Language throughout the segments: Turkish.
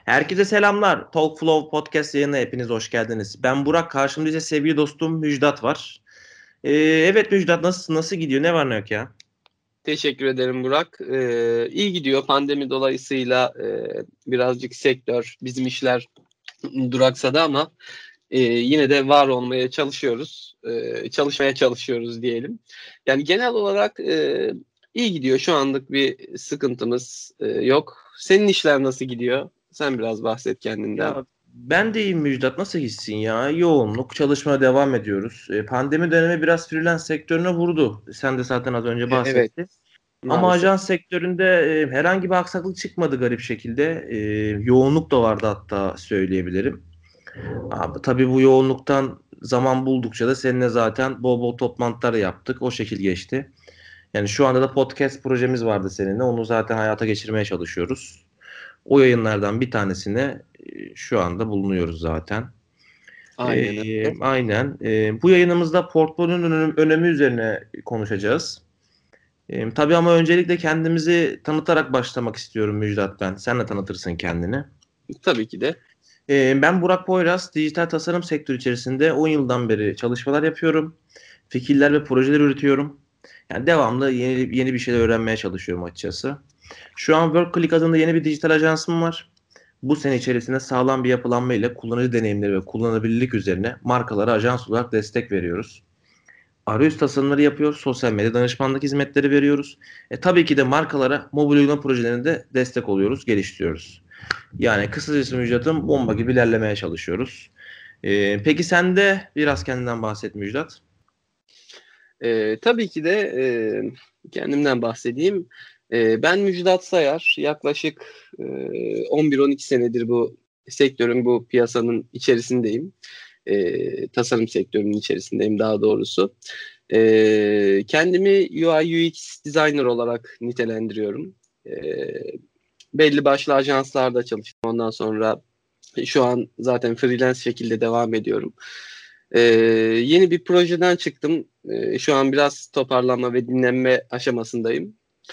Herkese selamlar. Talk Flow Podcast yayınına hepiniz hoş geldiniz. Ben Burak, karşımda ise sevgili dostum Müjdat var. Evet Müjdat, nasıl gidiyor? Ne var ne yok ya? Teşekkür ederim Burak. İyi gidiyor. Pandemi dolayısıyla birazcık sektör, bizim işler duraksadı ama yine de var olmaya çalışıyoruz. Çalışmaya çalışıyoruz diyelim. Yani genel olarak iyi gidiyor. Şu anlık bir sıkıntımız yok. Senin işler nasıl gidiyor? Sen biraz bahset kendinden. Ya ben de iyiyim Müjdat. Nasıl gitsin ya? Yoğunluk, çalışmaya devam ediyoruz. Pandemi dönemi biraz freelance sektörüne vurdu. Sen de zaten az önce Evet, bahsettin. Ama maalesef. ajans sektöründe herhangi bir aksaklık çıkmadı garip şekilde. Yoğunluk da vardı hatta söyleyebilirim. Abi, tabii bu yoğunluktan zaman buldukça da seninle zaten bol bol toplantılar yaptık. O şekil geçti. Yani şu anda da podcast projemiz vardı seninle. Onu zaten hayata geçirmeye çalışıyoruz. O yayınlardan bir tanesine şu anda bulunuyoruz zaten. Aynen öyle. Aynen. Bu yayınımızda portföyün önemi üzerine konuşacağız. Tabii ama öncelikle kendimizi tanıtarak başlamak istiyorum Müjdat ben. Sen de tanıtırsın kendini. Tabii ki de. Ben Burak Poyraz, dijital tasarım sektörü içerisinde 10 yıldan beri çalışmalar yapıyorum. Fikirler ve projeler üretiyorum. Yani devamlı yeni bir şeyler öğrenmeye çalışıyorum açıkçası. Şu an WorkClick adında yeni bir dijital ajansım var. Bu sene içerisinde sağlam bir yapılanma ile kullanıcı deneyimleri ve kullanılabilirlik üzerine markalara ajans olarak destek veriyoruz. Arayüz tasarımları yapıyor, sosyal medya danışmanlık hizmetleri veriyoruz. Tabii ki de markalara mobil uygulama projelerinde destek oluyoruz, geliştiriyoruz. Yani kısacası Müjdat'ım, bomba gibi ilerlemeye çalışıyoruz. Peki sen de biraz kendinden bahset Müjdat. Tabii ki de kendimden bahsedeyim. Ben Müjdat Sayar. Yaklaşık 11-12 senedir bu sektörün, bu piyasanın içerisindeyim. Tasarım sektörünün içerisindeyim daha doğrusu. Kendimi UI UX designer olarak nitelendiriyorum. Belli başlı ajanslarda çalıştım. Ondan sonra şu an zaten freelance şekilde devam ediyorum. Yeni bir projeden çıktım. Şu an biraz toparlanma ve dinlenme aşamasındayım.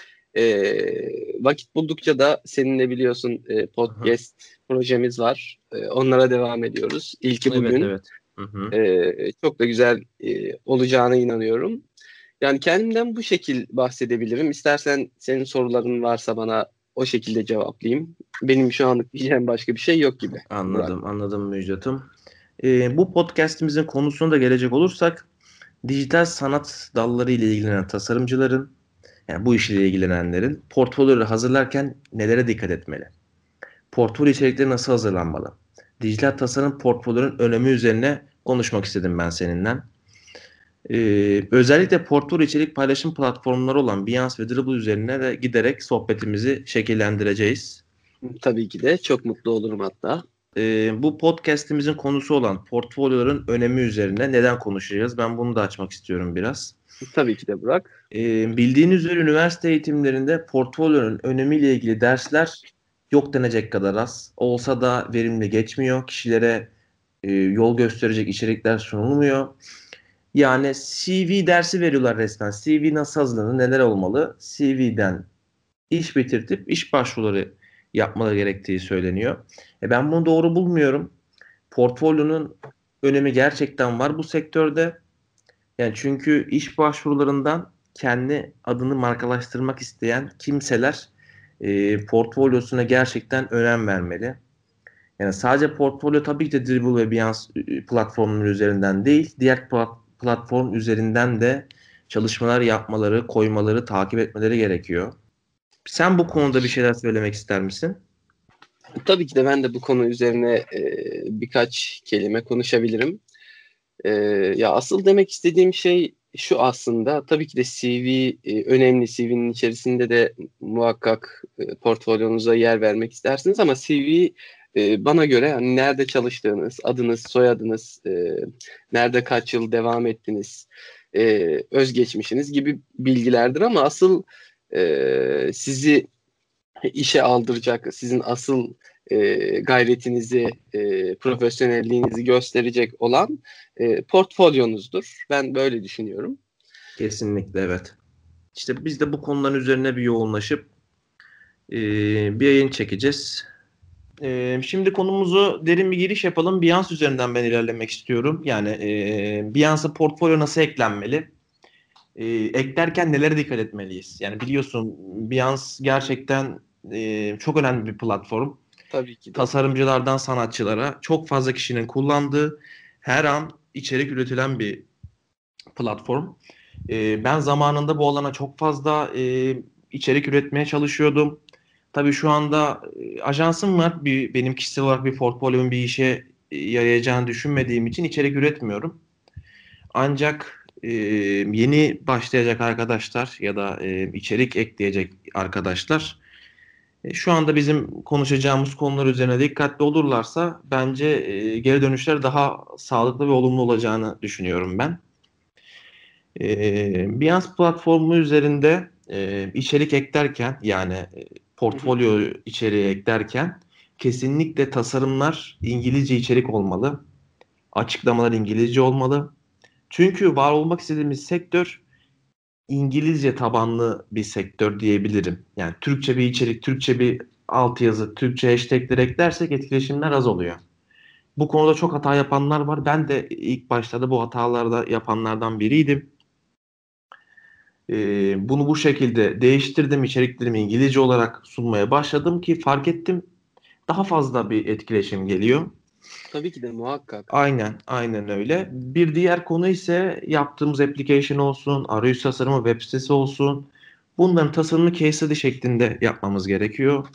Vakit buldukça da seninle biliyorsun Hı-hı. podcast projemiz var. Onlara devam ediyoruz. İlki Evet, bugün. evet. Hı-hı. Çok da güzel olacağına inanıyorum. Yani kendimden bu şekil bahsedebilirim. İstersen senin soruların varsa bana o şekilde cevaplayayım. Benim şu anlık diyeceğim başka bir şey yok gibi. Burak. Anladım Müjdat'ım. Bu podcast'imizin konusuna da gelecek olursak, dijital sanat dalları ile ilgilenen tasarımcıların, yani bu işle ilgilenenlerin portfolyoları hazırlarken nelere dikkat etmeli? Portfolyo içerikleri nasıl hazırlanmalı? Dijital tasarım portfolyoların önemi üzerine konuşmak istedim ben seninle. Özellikle portfolyo içerik paylaşım platformları olan Behance ve Dribbble üzerine de giderek sohbetimizi şekillendireceğiz. Tabii ki de çok mutlu olurum hatta. Bu podcast'imizin konusu olan portfolyoların önemi üzerine neden konuşacağız? Ben bunu da açmak istiyorum biraz. Tabii ki de Burak. Bildiğiniz üzere üniversite eğitimlerinde portfolyonun önemiyle ilgili dersler yok denecek kadar az. Olsa da verimli geçmiyor. Kişilere yol gösterecek içerikler sunulmuyor. Yani CV dersi veriyorlar resmen. CV nasıl hazırlanır, neler olmalı? CV'den iş bitirtip iş başvuruları yapmaları gerektiği söyleniyor. Ben bunu doğru bulmuyorum. Portfolyonun önemi gerçekten var bu sektörde. Yani çünkü iş başvurularından kendi adını markalaştırmak isteyen kimseler portfolyosuna gerçekten önem vermeli. Yani sadece portfolyo tabii ki de Dribbble ve Behance platformları üzerinden değil, diğer platform üzerinden de çalışmalar yapmaları, koymaları, takip etmeleri gerekiyor. Sen bu konuda bir şeyler söylemek ister misin? Tabii ki de ben de bu konu üzerine birkaç kelime konuşabilirim. Ya asıl demek istediğim şey şu aslında. Tabii ki de CV önemli. CV'nin içerisinde de muhakkak portfolyonuza yer vermek istersiniz ama CV bana göre hani nerede çalıştığınız, adınız, soyadınız, nerede kaç yıl devam ettiniz, özgeçmişiniz gibi bilgilerdir ama asıl sizi işe aldıracak, sizin asıl gayretinizi, profesyonelliğinizi gösterecek olan portfolyonuzdur. Ben böyle düşünüyorum. Kesinlikle evet. İşte biz de bu konuların üzerine bir yoğunlaşıp bir yayın çekeceğiz. Şimdi konumuzu derin bir giriş yapalım. Behance üzerinden ben ilerlemek istiyorum. Yani Behance'a portfolyo nasıl eklenmeli? Eklerken nelere dikkat etmeliyiz? Yani biliyorsun Behance gerçekten çok önemli bir platform. Tabii ki de. Tasarımcılardan sanatçılara çok fazla kişinin kullandığı, her an içerik üretilen bir platform. Ben zamanında bu alana çok fazla içerik üretmeye çalışıyordum. Tabii şu anda ajansım var. Benim kişisel olarak bir portfolyomun bir işe yarayacağını düşünmediğim için içerik üretmiyorum. Ancak yeni başlayacak arkadaşlar ya da içerik ekleyecek arkadaşlar şu anda bizim konuşacağımız konular üzerine dikkatli olurlarsa bence geri dönüşler daha sağlıklı ve olumlu olacağını düşünüyorum ben. Behance platformu üzerinde içerik eklerken yani portfolyo içeriği eklerken kesinlikle tasarımlar İngilizce içerik olmalı. Açıklamalar İngilizce olmalı. Çünkü var olmak istediğimiz sektör İngilizce tabanlı bir sektör diyebilirim. Yani Türkçe bir içerik, Türkçe bir altyazı, Türkçe hashtagler eklersek etkileşimler az oluyor. Bu konuda çok hata yapanlar var. Ben de ilk başlarda bu hatalarda yapanlardan biriydim. Bunu bu şekilde değiştirdim. İçeriklerimi İngilizce olarak sunmaya başladım ki fark ettim daha fazla bir etkileşim geliyor. Tabii ki de muhakkak. Aynen öyle. Bir diğer konu ise yaptığımız application olsun, arayüz tasarımı, web sitesi olsun. Bunların tasarımını case study şeklinde yapmamız gerekiyor.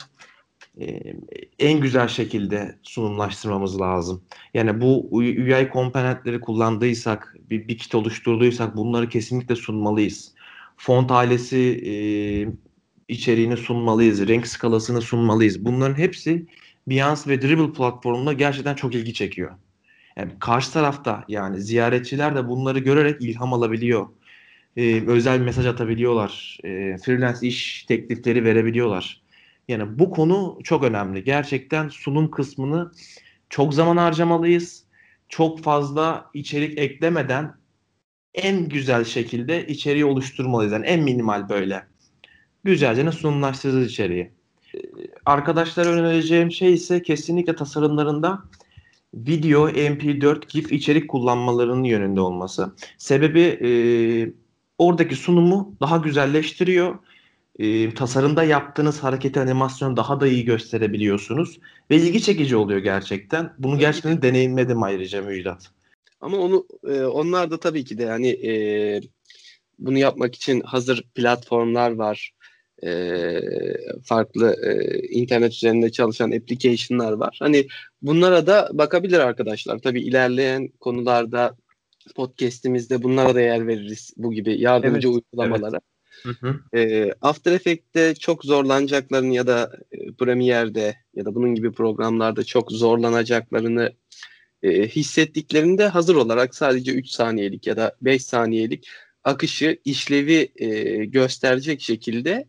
En güzel şekilde sunumlaştırmamız lazım. Yani bu UI komponentleri kullandıysak, bir kit oluşturduysak bunları kesinlikle sunmalıyız. Font ailesi içeriğini sunmalıyız, renk skalasını sunmalıyız. Bunların hepsi Behance ve Dribbble platformunda gerçekten çok ilgi çekiyor. Yani karşı tarafta yani ziyaretçiler de bunları görerek ilham alabiliyor. Özel mesaj atabiliyorlar. Freelance iş teklifleri verebiliyorlar. Yani bu konu çok önemli. Gerçekten sunum kısmını çok zaman harcamalıyız. Çok fazla içerik eklemeden en güzel şekilde içeriği oluşturmalıyız. Yani en minimal böyle. Güzelce sunumlaştırırız içeriği. Arkadaşlara önereceğim şey ise kesinlikle tasarımlarında video, MP4, GIF içerik kullanmalarının yönünde olması. Sebebi oradaki sunumu daha güzelleştiriyor. Tasarımda yaptığınız hareketi, animasyonu daha da iyi gösterebiliyorsunuz. Ve ilgi çekici oluyor gerçekten. Bunu Tabii ki de. gerçekten deneyimledim ayrıca Müjdat. Ama onlar da tabii ki de yani bunu yapmak için hazır platformlar var. Farklı internet üzerinde çalışan application'lar var. Hani bunlara da bakabilir arkadaşlar. Tabii ilerleyen konularda podcast'imizde bunlara da yer veririz, bu gibi yardımcı Evet, evet. uygulamalara. Hı hı. After Effects'te çok zorlanacaklarını ya da Premiere'de ya da bunun gibi programlarda çok zorlanacaklarını hissettiklerinde hazır olarak sadece 3 saniyelik ya da 5 saniyelik akışı, işlevi gösterecek şekilde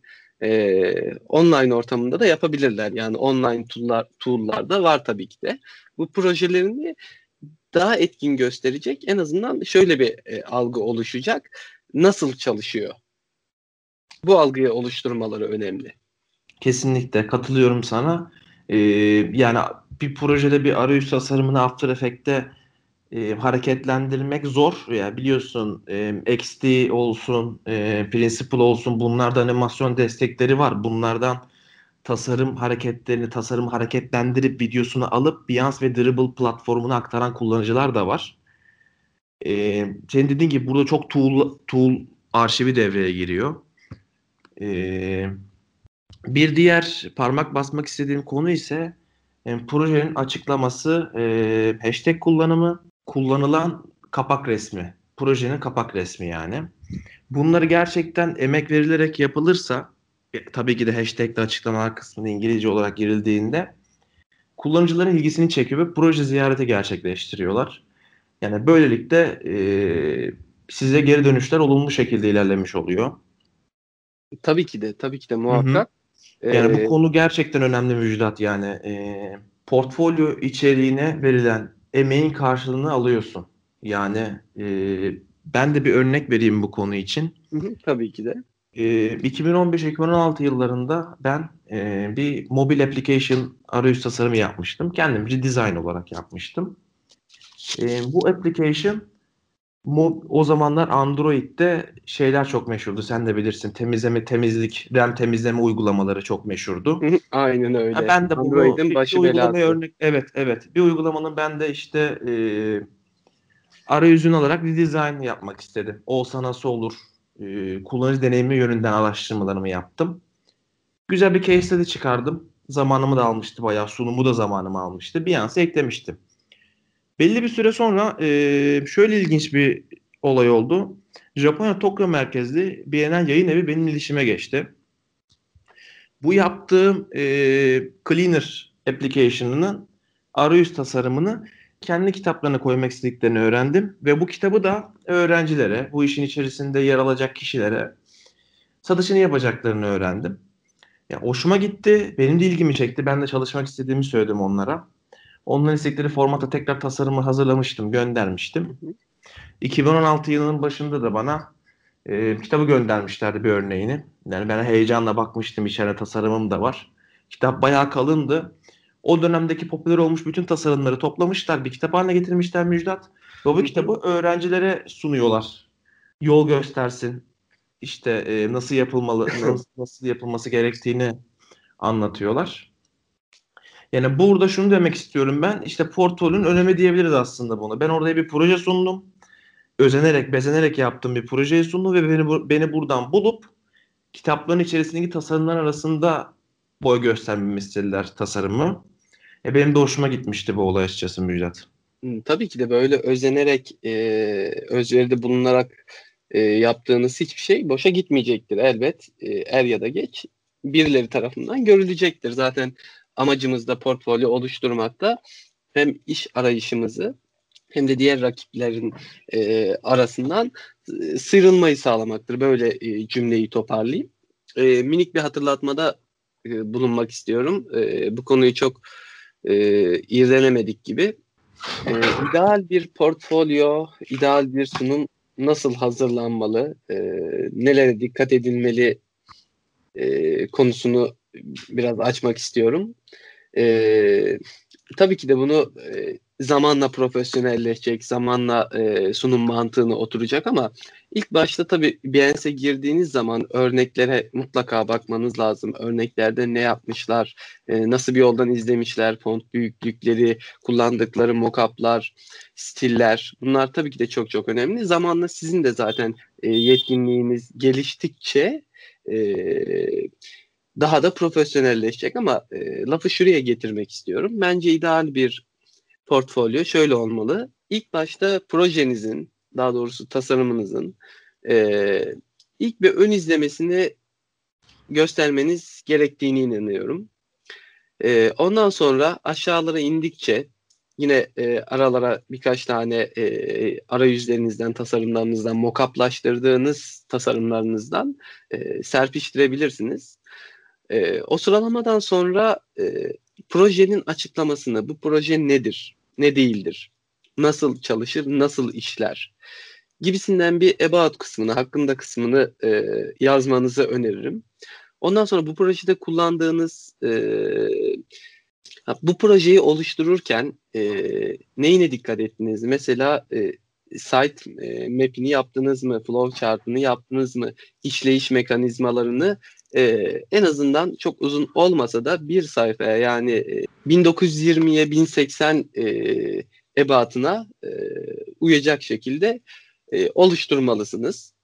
online ortamında da yapabilirler. Yani online tool'lar da var tabii ki de. Bu projelerini daha etkin gösterecek, en azından şöyle bir algı oluşacak. Nasıl çalışıyor? Bu algıyı oluşturmaları önemli. Kesinlikle katılıyorum sana. Yani bir projede bir arayüz tasarımını After Effects'te hareketlendirmek zor. Ya biliyorsun XD olsun, Principle olsun bunlarda animasyon destekleri var. Bunlardan tasarım hareketlendirip videosunu alıp Behance ve Dribbble platformuna aktaran kullanıcılar da var. Senin dediğin gibi burada çok tool arşivi devreye giriyor. Bir diğer parmak basmak istediğim konu ise projenin açıklaması, hashtag kullanımı, kullanılan kapak resmi. Projenin kapak resmi yani. Bunları gerçekten emek verilerek yapılırsa, tabii ki de hashtag'de açıklamalar kısmında İngilizce olarak girildiğinde kullanıcıların ilgisini çekiyor ve proje ziyareti gerçekleştiriyorlar. Yani böylelikle size geri dönüşler olumlu şekilde ilerlemiş oluyor. Tabii ki de Hı hı. muhakkak. Yani bu E, konu gerçekten önemli Müjdat yani. Portfolyo içeriğine verilen emeğin karşılığını alıyorsun. Yani ben de bir örnek vereyim bu konu için. tabii ki de. 2015-2016 yıllarında ben bir mobil application arayüz tasarımı yapmıştım. Kendimce design olarak yapmıştım. Bu application o zamanlar Android'de şeyler çok meşhurdu. Sen de bilirsin. Temizlik, RAM temizleme uygulamaları çok meşhurdu. Aynen Ha, öyle. ben de bunu Android'in bir başı uygulamaya belası. örnek, evet, evet, bir uygulamanın ben de işte arayüzünü alarak bir dizayn yapmak istedim. Olsa nasıl olur? Kullanıcı deneyimi yönünden araştırmalarımı yaptım. Güzel bir case study çıkardım. Zamanımı da almıştı bayağı. Sunumu da zamanımı almıştı. Beyoncé eklemiştim. Belli bir süre sonra şöyle ilginç bir olay oldu. Japonya Tokyo merkezli BNN yayın evi benim iletişime geçti. Bu yaptığım Cleaner application'ının arayüz tasarımını kendi kitaplarına koymak istediklerini öğrendim. Ve bu kitabı da öğrencilere, bu işin içerisinde yer alacak kişilere satışını yapacaklarını öğrendim. Ya, hoşuma gitti. Benim de ilgimi çekti. Ben de çalışmak istediğimi söyledim onlara. Onların istedikleri formata tekrar tasarımı hazırlamıştım, göndermiştim. 2016 yılının başında da bana kitabı göndermişlerdi, bir örneğini. Yani ben heyecanla bakmıştım. İçeride tasarımım da var. Kitap bayağı kalındı. O dönemdeki popüler olmuş bütün tasarımları toplamışlar. Bir kitap haline getirmişler Müjdat. Ve bu kitabı öğrencilere sunuyorlar. Yol göstersin. İşte nasıl yapılmalı, nasıl yapılması gerektiğini anlatıyorlar. Yani burada şunu demek istiyorum ben. İşte portfolyo'nun önemi diyebiliriz aslında bunu. Ben orada bir proje sundum. Özenerek, bezenerek yaptığım bir projeyi sundum ve beni buradan bulup kitapların içerisindeki tasarımlar arasında boy göstermemi istediler, tasarımı. Benim de hoşuma gitmişti bu olay açıkçası Müjdat. Tabii ki de böyle özenerek, özveride bulunarak yaptığınız hiçbir şey boşa gitmeyecektir elbet. Er ya da geç birileri tarafından görülecektir. Zaten amacımız da portfolyo oluşturmakta hem iş arayışımızı hem de diğer rakiplerin arasından sıyrılmayı sağlamaktır. Böyle cümleyi toparlayayım. Minik bir hatırlatmada bulunmak istiyorum. Bu konuyu çok irdelemedik gibi. İdeal bir portfolyo, ideal bir sunum nasıl hazırlanmalı, nelere dikkat edilmeli konusunu biraz açmak istiyorum. Tabii ki de bunu zamanla profesyonelleşecek, zamanla sunum mantığını oturacak ama ilk başta tabii Beyoncé girdiğiniz zaman örneklere mutlaka bakmanız lazım. Örneklerde ne yapmışlar, nasıl bir yoldan izlemişler, font büyüklükleri, kullandıkları mock-up'lar, stiller. Bunlar tabii ki de çok çok önemli. Zamanla sizin de zaten yetkinliğiniz geliştikçe daha da profesyonelleşecek ama lafı şuraya getirmek istiyorum. Bence ideal bir portfolyo şöyle olmalı. İlk başta projenizin, daha doğrusu tasarımınızın ilk bir ön izlemesini göstermeniz gerektiğini inanıyorum. Ondan sonra aşağılara indikçe yine aralara birkaç tane arayüzlerinizden, tasarımlarınızdan, mock-up'laştırdığınız tasarımlarınızdan serpiştirebilirsiniz. O sıralamadan sonra projenin açıklamasını, bu proje nedir, ne değildir, nasıl çalışır, nasıl işler gibisinden bir about kısmını, hakkında kısmını yazmanızı öneririm. Ondan sonra bu projede kullandığınız, bu projeyi oluştururken neyine dikkat ettiniz? Mesela site map'ini yaptınız mı, flow chart'ını yaptınız mı, işleyiş mekanizmalarını en azından çok uzun olmasa da bir sayfaya yani 1920'ye 1080 ebatına uyacak şekilde oluşturmalısınız.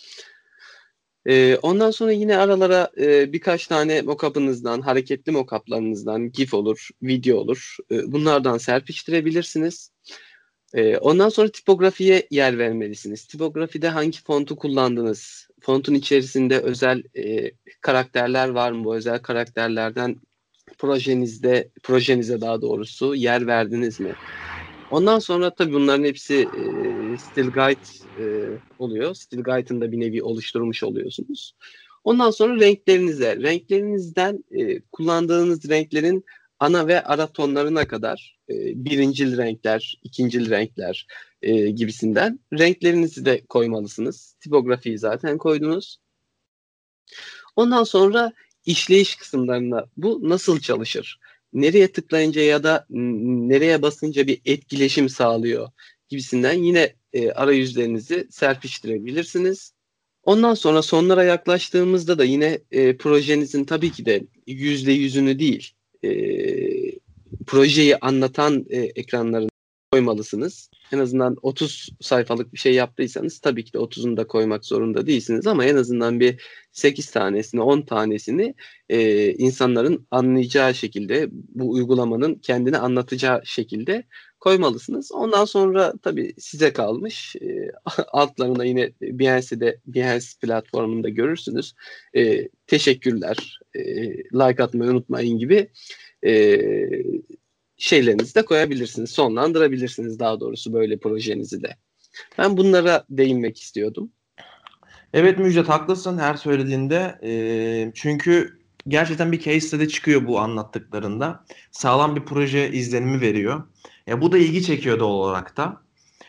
Ondan sonra yine aralara birkaç tane mock-up'ınızdan, hareketli mock-up'larınızdan, GIF olur, video olur. Bunlardan serpiştirebilirsiniz. Ondan sonra tipografiye yer vermelisiniz. Tipografide hangi fontu kullandınız? Fontun içerisinde özel karakterler var mı? Bu özel karakterlerden projenize daha doğrusu yer verdiniz mi? Ondan sonra tabii bunların hepsi Style Guide oluyor. Style Guide'ın da bir nevi oluşturmuş oluyorsunuz. Ondan sonra renklerinizden kullandığınız renklerin ana ve ara tonlarına kadar birincil renkler, ikincil renkler gibisinden renklerinizi de koymalısınız. Tipografiyi zaten koydunuz. Ondan sonra işleyiş kısımlarına bu nasıl çalışır? Nereye tıklayınca ya da nereye basınca bir etkileşim sağlıyor gibisinden yine arayüzlerinizi serpiştirebilirsiniz. Ondan sonra sonlara yaklaştığımızda da yine projenizin tabii ki de %100'ünü değil, e, projeyi anlatan ekranlarını koymalısınız. En azından 30 sayfalık bir şey yaptıysanız tabii ki de 30'unu da koymak zorunda değilsiniz ama en azından bir 8 tanesini, 10 tanesini insanların anlayacağı şekilde, bu uygulamanın kendini anlatacağı şekilde koymalısınız. Ondan sonra tabii size kalmış. Altlarına yine Behance platformunda görürsünüz. Teşekkürler, like atmayı unutmayın gibi şeylerinizi de koyabilirsiniz. Sonlandırabilirsiniz daha doğrusu böyle projenizi de. Ben bunlara değinmek istiyordum. Evet Müjdat, haklısın her söylediğinde. Çünkü gerçekten bir case study çıkıyor bu anlattıklarında. Sağlam bir proje izlenimi veriyor. Bu da ilgi çekiyor doğal olarak da.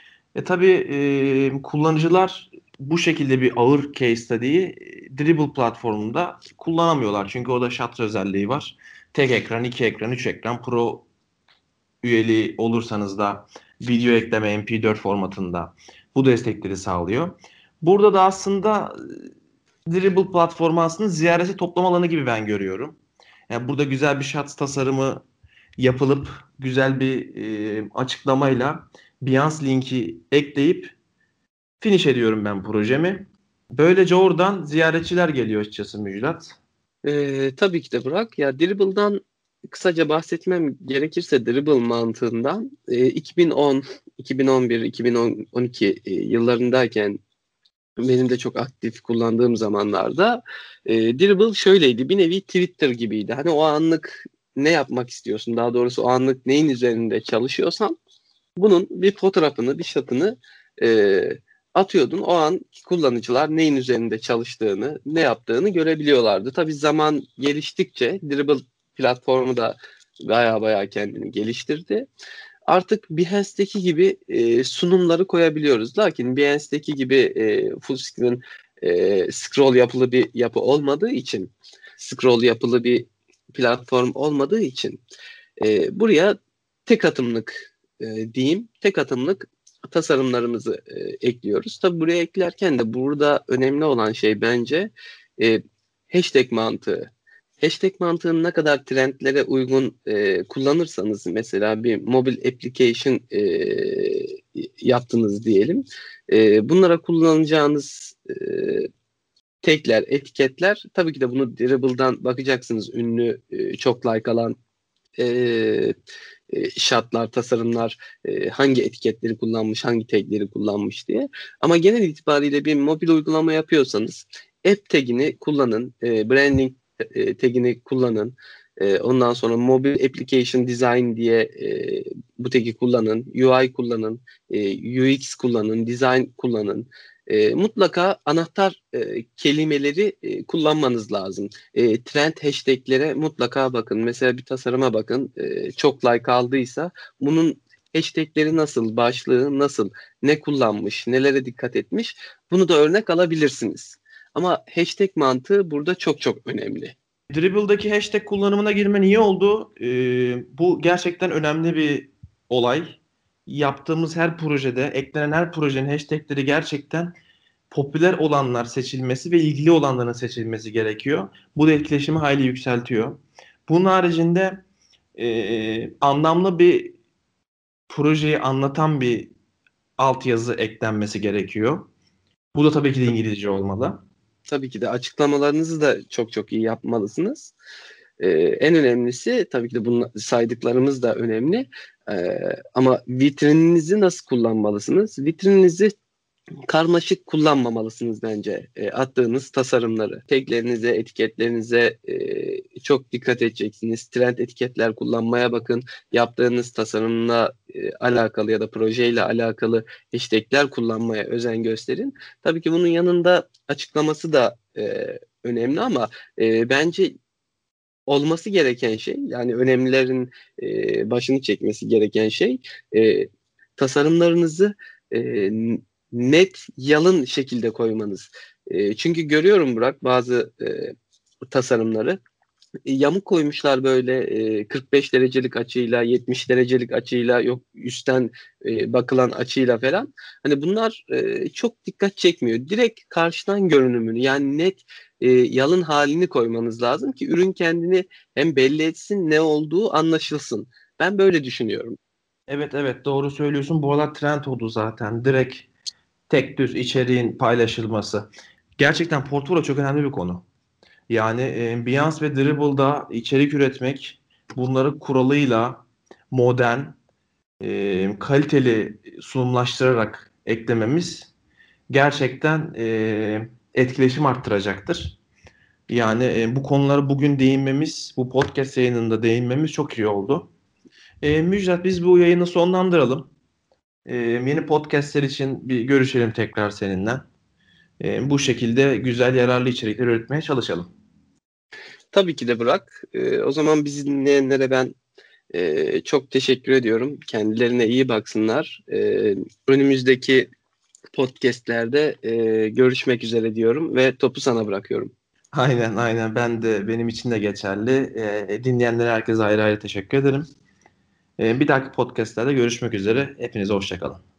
Tabii kullanıcılar bu şekilde bir ağır case study'yi Dribbble platformunda kullanamıyorlar. Çünkü orada shutter özelliği var. Tek ekran, 2 ekran, 3 ekran. Pro üyeliği olursanız da video ekleme MP4 formatında bu destekleri sağlıyor. Burada da aslında Dribbble platformu aslında ziyareti toplama alanı gibi ben görüyorum. Yani burada güzel bir shot tasarımı yapılıp güzel bir açıklamayla Behance linki ekleyip finish ediyorum ben projemi. Böylece oradan ziyaretçiler geliyor açıkçası Müjdat. Tabii ki de Burak. Ya Dribble'dan kısaca bahsetmem gerekirse Dribble mantığından 2010, 2011, 2012 yıllarındayken benim de çok aktif kullandığım zamanlarda Dribbble şöyleydi. Bir nevi Twitter gibiydi. Hani o anlık ne yapmak istiyorsun? Daha doğrusu o anlık neyin üzerinde çalışıyorsan bunun bir fotoğrafını, bir shot'ını atıyordun. O an kullanıcılar neyin üzerinde çalıştığını, ne yaptığını görebiliyorlardı. Tabii zaman geliştikçe Dribbble platformu da baya kendini geliştirdi. Artık Behance'deki gibi sunumları koyabiliyoruz. Lakin Behance'deki gibi full screen scroll yapılı bir yapı olmadığı için, scroll yapılı bir platform olmadığı için buraya tek atımlık tek atımlık tasarımlarımızı ekliyoruz. Tabi buraya eklerken de burada önemli olan şey bence hashtag mantığı. Hashtag mantığını ne kadar trendlere uygun kullanırsanız, mesela bir mobil application yaptınız diyelim. Bunlara kullanacağınız tagler, etiketler, tabii ki de bunu Dribble'dan bakacaksınız, ünlü, çok like alan şartlar, tasarımlar, hangi etiketleri kullanmış, hangi tagleri kullanmış diye. Ama genel itibariyle bir mobil uygulama yapıyorsanız app tagini kullanın, branding tagini kullanın. Ondan sonra Mobile Application Design diye bu tagi kullanın. UI kullanın. UX kullanın. Design kullanın. Mutlaka anahtar kelimeleri kullanmanız lazım. Trend hashtaglere mutlaka bakın. Mesela bir tasarıma bakın. Çok like aldıysa bunun hashtagleri nasıl, başlığı nasıl, ne kullanmış, nelere dikkat etmiş, bunu da örnek alabilirsiniz. Ama hashtag mantığı burada çok önemli. Dribble'daki hashtag kullanımına girme niye oldu? Bu gerçekten önemli bir olay. Yaptığımız her projede, eklenen her projenin hashtagleri gerçekten popüler olanlar seçilmesi ve ilgili olanların seçilmesi gerekiyor. Bu da etkileşimi hayli yükseltiyor. Bunun haricinde anlamlı bir projeyi anlatan bir altyazı eklenmesi gerekiyor. Bu da tabii ki de İngilizce olmalı. Tabii ki de açıklamalarınızı da çok iyi yapmalısınız. En önemlisi tabii ki de bunu saydıklarımız da önemli. Ama vitrininizi nasıl kullanmalısınız? Vitrininizi karmaşık kullanmamalısınız bence. Attığınız tasarımları, taglerinize, etiketlerinize çok dikkat edeceksiniz. Trend etiketler kullanmaya bakın. Yaptığınız tasarımla alakalı ya da projeyle alakalı hashtagler kullanmaya özen gösterin. Tabii ki bunun yanında açıklaması da önemli ama bence olması gereken şey, yani önemlilerin başını çekmesi gereken şey, tasarımlarınızı net, yalın şekilde koymanız. Çünkü görüyorum Burak bazı tasarımları. Yamuk koymuşlar böyle 45 derecelik açıyla, 70 derecelik açıyla, yok üstten bakılan açıyla falan. Hani bunlar çok dikkat çekmiyor. Direkt karşıdan görünümünü, yani net yalın halini koymanız lazım ki ürün kendini hem belli etsin, ne olduğu anlaşılsın. Ben böyle düşünüyorum. Evet, evet, doğru söylüyorsun. Bu arada trend oldu zaten. Direkt tek düz içeriğin paylaşılması. Gerçekten portfolyo çok önemli bir konu. Yani Behance ve Dribble'da içerik üretmek, bunları kuralıyla modern, kaliteli sunumlaştırarak eklememiz gerçekten etkileşim arttıracaktır. Yani bu konulara bugün değinmemiz, bu podcast yayınında değinmemiz çok iyi oldu. Müjdat, biz bu yayını sonlandıralım. Yeni podcastler için bir görüşelim tekrar seninle. Bu şekilde güzel, yararlı içerikler üretmeye çalışalım. Tabii ki de Burak. O zaman bizi dinleyenlere ben çok teşekkür ediyorum. Kendilerine iyi baksınlar. Önümüzdeki podcastlerde görüşmek üzere diyorum ve topu sana bırakıyorum. Aynen, aynen. Benim için de geçerli. Dinleyenlere herkese ayrı ayrı teşekkür ederim. Bir dahaki podcastlerde görüşmek üzere. Hepinize hoşça kalın.